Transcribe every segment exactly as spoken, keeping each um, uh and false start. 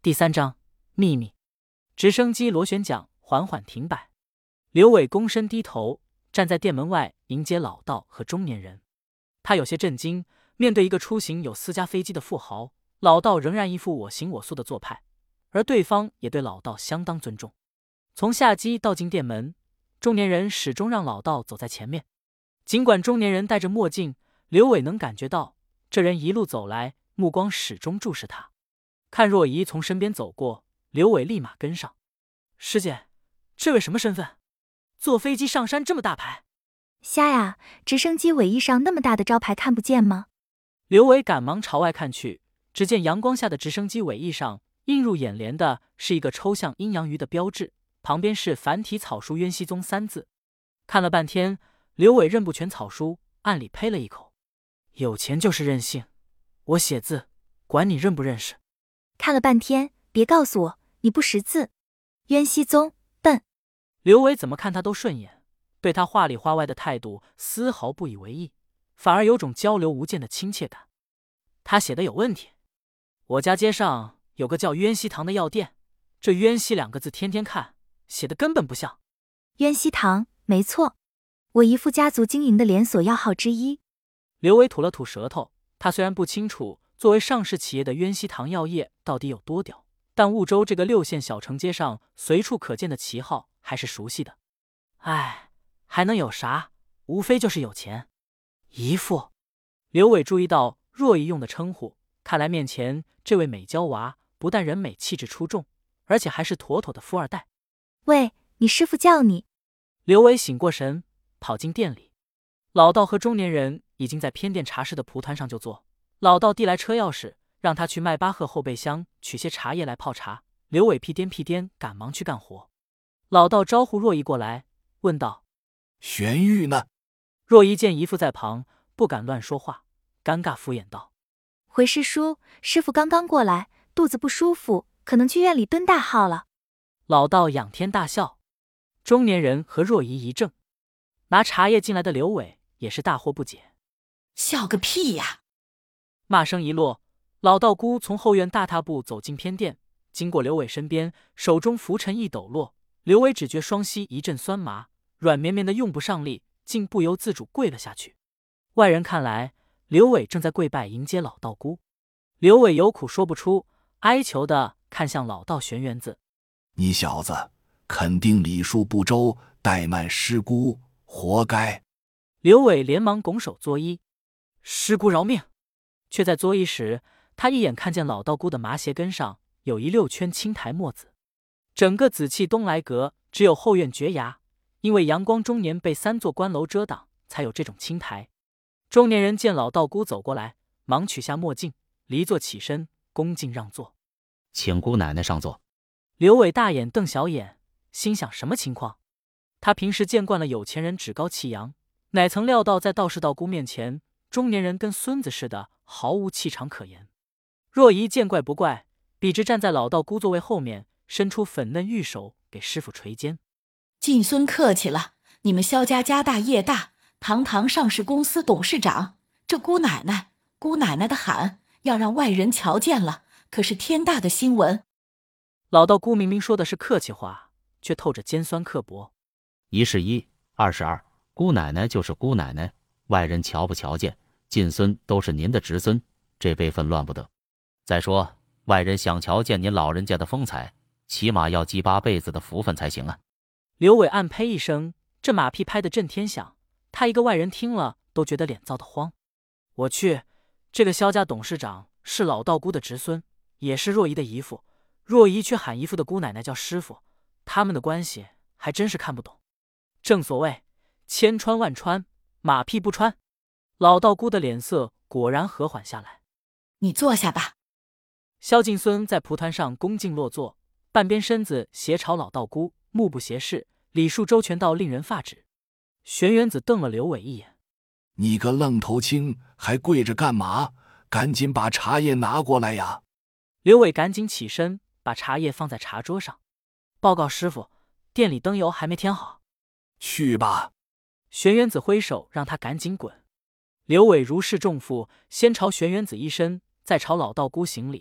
第三章秘密。直升机螺旋桨缓缓停摆，刘伟躬身低头站在店门外迎接老道和中年人。他有些震惊，面对一个出行有私家飞机的富豪，老道仍然一副我行我素的做派，而对方也对老道相当尊重。从下机到进店门，中年人始终让老道走在前面。尽管中年人戴着墨镜，刘伟能感觉到这人一路走来目光始终注视他。看若仪从身边走过，刘伟立马跟上。师姐，这位什么身份？坐飞机上山这么大牌？ 瞎呀，直升机尾翼上那么大的招牌看不见吗？ 刘伟赶忙朝外看去，只见阳光下的直升机尾翼上映入眼帘的是一个抽象阴阳鱼的标志，旁边是繁体草书渊熙宗三字。看了半天，刘伟认不全草书，暗里呸了一口。有钱就是任性，我写字管你认不认识。 看了半天，别告诉我你不识字。渊熙宗，笨。 刘伟怎么看他都顺眼，对他话里话外的态度丝毫不以为意，反而有种交流无间的亲切感。他写的有问题。我家街上有个叫渊熙堂的药店，这渊熙两个字天天看，写的根本不像。 渊熙堂，没错，我姨父家族经营的连锁药号之一。 刘伟吐了吐舌头，他虽然不清楚作为上市企业的渊熙堂药业到底有多屌，但婺州这个六线小城街上随处可见的旗号还是熟悉的。唉，还能有啥？无非就是有钱。姨父。刘伟注意到若仪用的称呼，看来面前这位美娇娃不但人美气质出众，而且还是妥妥的富二代。 喂，你师父叫你。 刘伟醒过神，跑进店里。老道和中年人已经在偏殿茶室的蒲团上就坐。老道递来车钥匙，让他去迈巴赫后备箱取些茶叶来泡茶。刘伟屁颠屁颠赶忙去干活。老道招呼若仪过来，问道： 玄玉呢？ 若仪见姨父在旁，不敢乱说话，尴尬敷衍道： 回师叔，师父刚刚过来，肚子不舒服，可能去院里蹲大号了。 老道仰天大笑。中年人和若仪一怔，拿茶叶进来的刘伟也是大惑不解。 笑个屁呀！ 骂声一落，老道姑从后院大踏步走进偏殿，经过刘伟身边，手中拂尘一抖落。刘伟只觉双膝一阵酸麻，软绵绵的用不上力，竟不由自主跪了下去。外人看来，刘伟正在跪拜迎接老道姑。刘伟有苦说不出，哀求的看向老道玄元子： 你小子肯定礼数不周，怠慢师姑，活该。 刘伟连忙拱手作揖：师姑饶命。却在作揖时，他一眼看见老道姑的麻鞋跟上有一溜圈青苔墨子。整个紫气东来阁只有后院绝崖，因为阳光中年被三座官楼遮挡，才有这种青苔。中年人见老道姑走过来，忙取下墨镜，离座起身，恭敬让座： 请姑奶奶上座。 刘伟大眼瞪小眼，心想什么情况？他平时见惯了有钱人趾高气扬，哪曾料到在道士道姑面前，中年人跟孙子似的，毫无气场可言。若仪见怪不怪，笔直站在老道姑座位后面，伸出粉嫩玉手给师傅捶肩： 晋孙客气了，你们萧家家大业大，堂堂上市公司董事长，这姑奶奶姑奶奶的喊要让外人瞧见了，可是天大的新闻。 老道姑明明说的是客气话，却透着尖酸刻薄。 一是一，二是二，姑奶奶就是姑奶奶，外人瞧不瞧见，晋孙都是您的侄孙，这辈分乱不得。再说外人想瞧见您老人家的风采，起码要积八辈子的福分才行啊。 刘伟暗呸一声，这马屁拍得震天响，他一个外人听了都觉得脸燥得慌。我去，这个萧家董事长是老道姑的侄孙，也是若仪的姨父，若仪却喊姨父的姑奶奶叫师傅，他们的关系还真是看不懂。正所谓千穿万穿，马屁不穿。老道姑的脸色果然和缓下来。 你坐下吧。 萧敬孙在蒲团上恭敬落座，半边身子斜朝老道姑，目不斜视，礼数周全到令人发指。玄元子瞪了刘伟一眼： 你个愣头青，还跪着干嘛？赶紧把茶叶拿过来呀！ 刘伟赶紧起身，把茶叶放在茶桌上。报告师傅，店里灯油还没添好。 去吧。 玄元子挥手让他赶紧滚。刘伟如释重负，先朝玄元子一身，再朝老道姑行礼。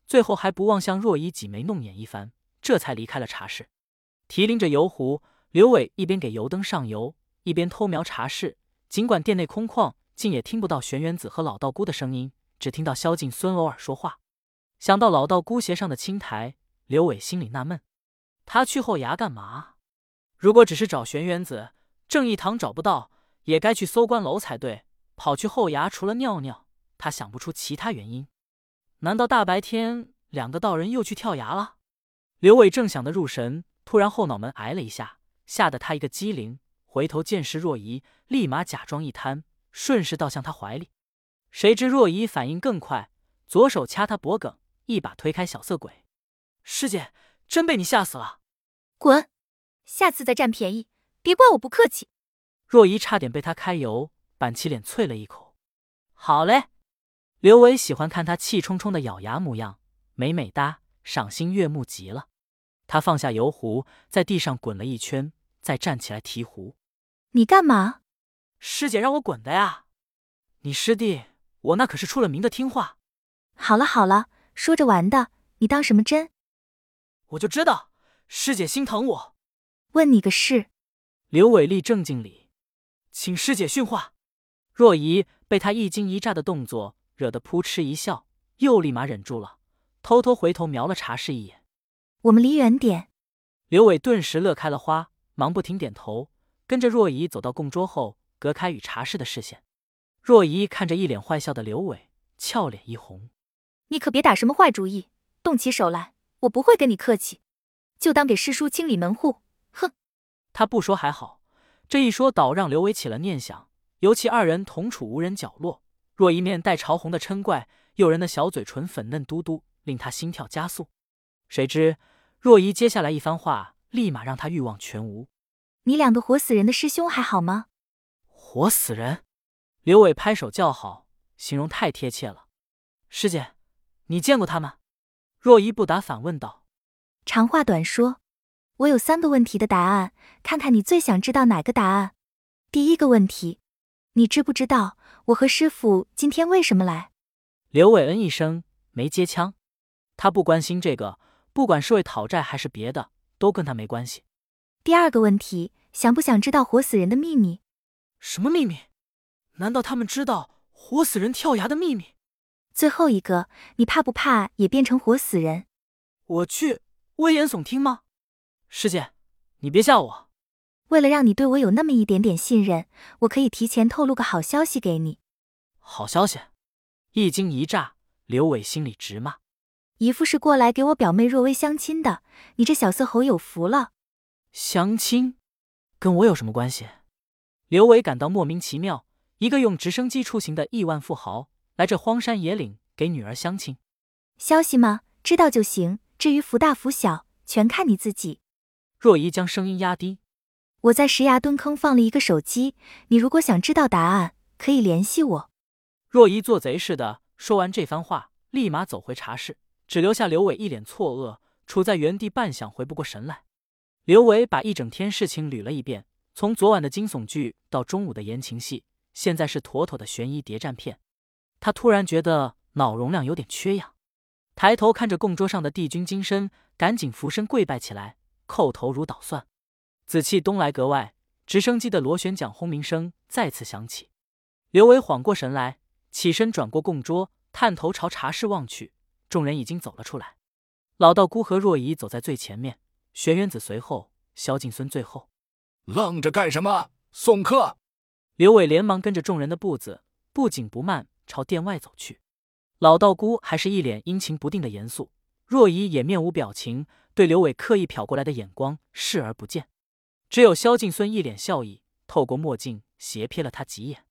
最后还不忘向若仪挤眉弄眼一番，这才离开了茶室。提拎着油壶，刘伟一边给油灯上油，一边偷瞄茶室。尽管店内空旷，竟也听不到玄元子和老道姑的声音，只听到萧敬孙偶尔说话。想到老道姑斜上的青苔，刘伟心里纳闷：他去后衙干嘛？如果只是找玄元子，正义堂找不到，也该去搜官楼才对。跑去后衙，除了尿尿，他想不出其他原因。难道大白天两个道人又去跳崖了？刘伟正想得入神，突然后脑门挨了一下，吓得他一个机灵，回头见是若仪，立马假装一瘫，顺势倒向他怀里。谁知若仪反应更快，左手掐他脖颈，一把推开小色鬼。师姐，真被你吓死了！ 滚！下次再占便宜，别怪我不客气。 若仪差点被他揩油，板起脸啐了一口。好嘞。刘伟喜欢看他气冲冲的咬牙模样，美美哒，赏心悦目极了。他放下油壶，在地上滚了一圈，再站起来提壶。 你干嘛？ 师姐让我滚的呀。你师弟，我那可是出了名的听话。 好了好了，说着玩的，你当什么真？ 我就知道，师姐心疼我。 问你个事。 刘伟立正敬礼，请师姐训话。若仪被他一惊一乍的动作惹得扑哧一笑，又立马忍住了，偷偷回头瞄了茶室一眼。 我们离远点。 刘伟顿时乐开了花，忙不停点头，跟着若仪走到供桌后，隔开与茶室的视线。若仪看着一脸坏笑的刘伟，俏脸一红。 你可别打什么坏主意，动起手来，我不会跟你客气，就当给师叔清理门户。哼！ 他不说还好，这一说倒让刘伟起了念想，尤其二人同处无人角落，若一面带潮红的嗔怪，诱人的小嘴唇粉嫩嘟嘟，令他心跳加速。谁知若仪接下来一番话，立马让他欲望全无。 你两个活死人的师兄还好吗？ 活死人！刘伟拍手叫好，形容太贴切了。师姐，你见过他们？若仪不答，反问道。 长话短说，我有三个问题的答案，看看你最想知道哪个答案。第一个问题，你知不知道我和师父今天为什么来？ 刘伟嗯一声，没接腔。他不关心这个，不管是为讨债还是别的，都跟他没关系。 第二个问题，想不想知道活死人的秘密？ 什么秘密？难道他们知道活死人跳崖的秘密？ 最后一个，你怕不怕也变成活死人？ 我去危言耸听吗？师姐，你别吓我。 为了让你对我有那么一点点信任，我可以提前透露个好消息给你。 好消息？一惊一乍，刘伟心里直骂。 姨父是过来给我表妹若薇相亲的，你这小色猴有福了。 相亲？跟我有什么关系？刘伟感到莫名其妙，一个用直升机出行的亿万富豪，来这荒山野岭给女儿相亲。 消息吗？知道就行，至于福大福小，全看你自己。 若仪将声音压低。 我在石崖墩坑放了一个手机，你如果想知道答案，可以联系我。 若仪做贼似的说完这番话，立马走回茶室，只留下刘伟一脸错愕，处在原地半晌回不过神来。刘伟把一整天事情捋了一遍，从昨晚的惊悚剧到中午的言情戏，现在是妥妥的悬疑谍战片。他突然觉得脑容量有点缺氧，抬头看着供桌上的帝君金身，赶紧俯身跪拜起来，叩头如捣蒜。紫气东来阁外，直升机的螺旋桨轰鸣声再次响起。刘伟缓过神来，起身转过供桌，探头朝茶室望去，众人已经走了出来。老道姑和若仪走在最前面，玄元子随后，萧敬孙最后。 愣着干什么？送客！ 刘伟连忙跟着众人的步子，不紧不慢朝殿外走去。老道姑还是一脸阴晴不定的严肃，若仪也面无表情，对刘伟刻意瞟过来的眼光视而不见。只有萧敬孙一脸笑意，透过墨镜斜瞥了他几眼。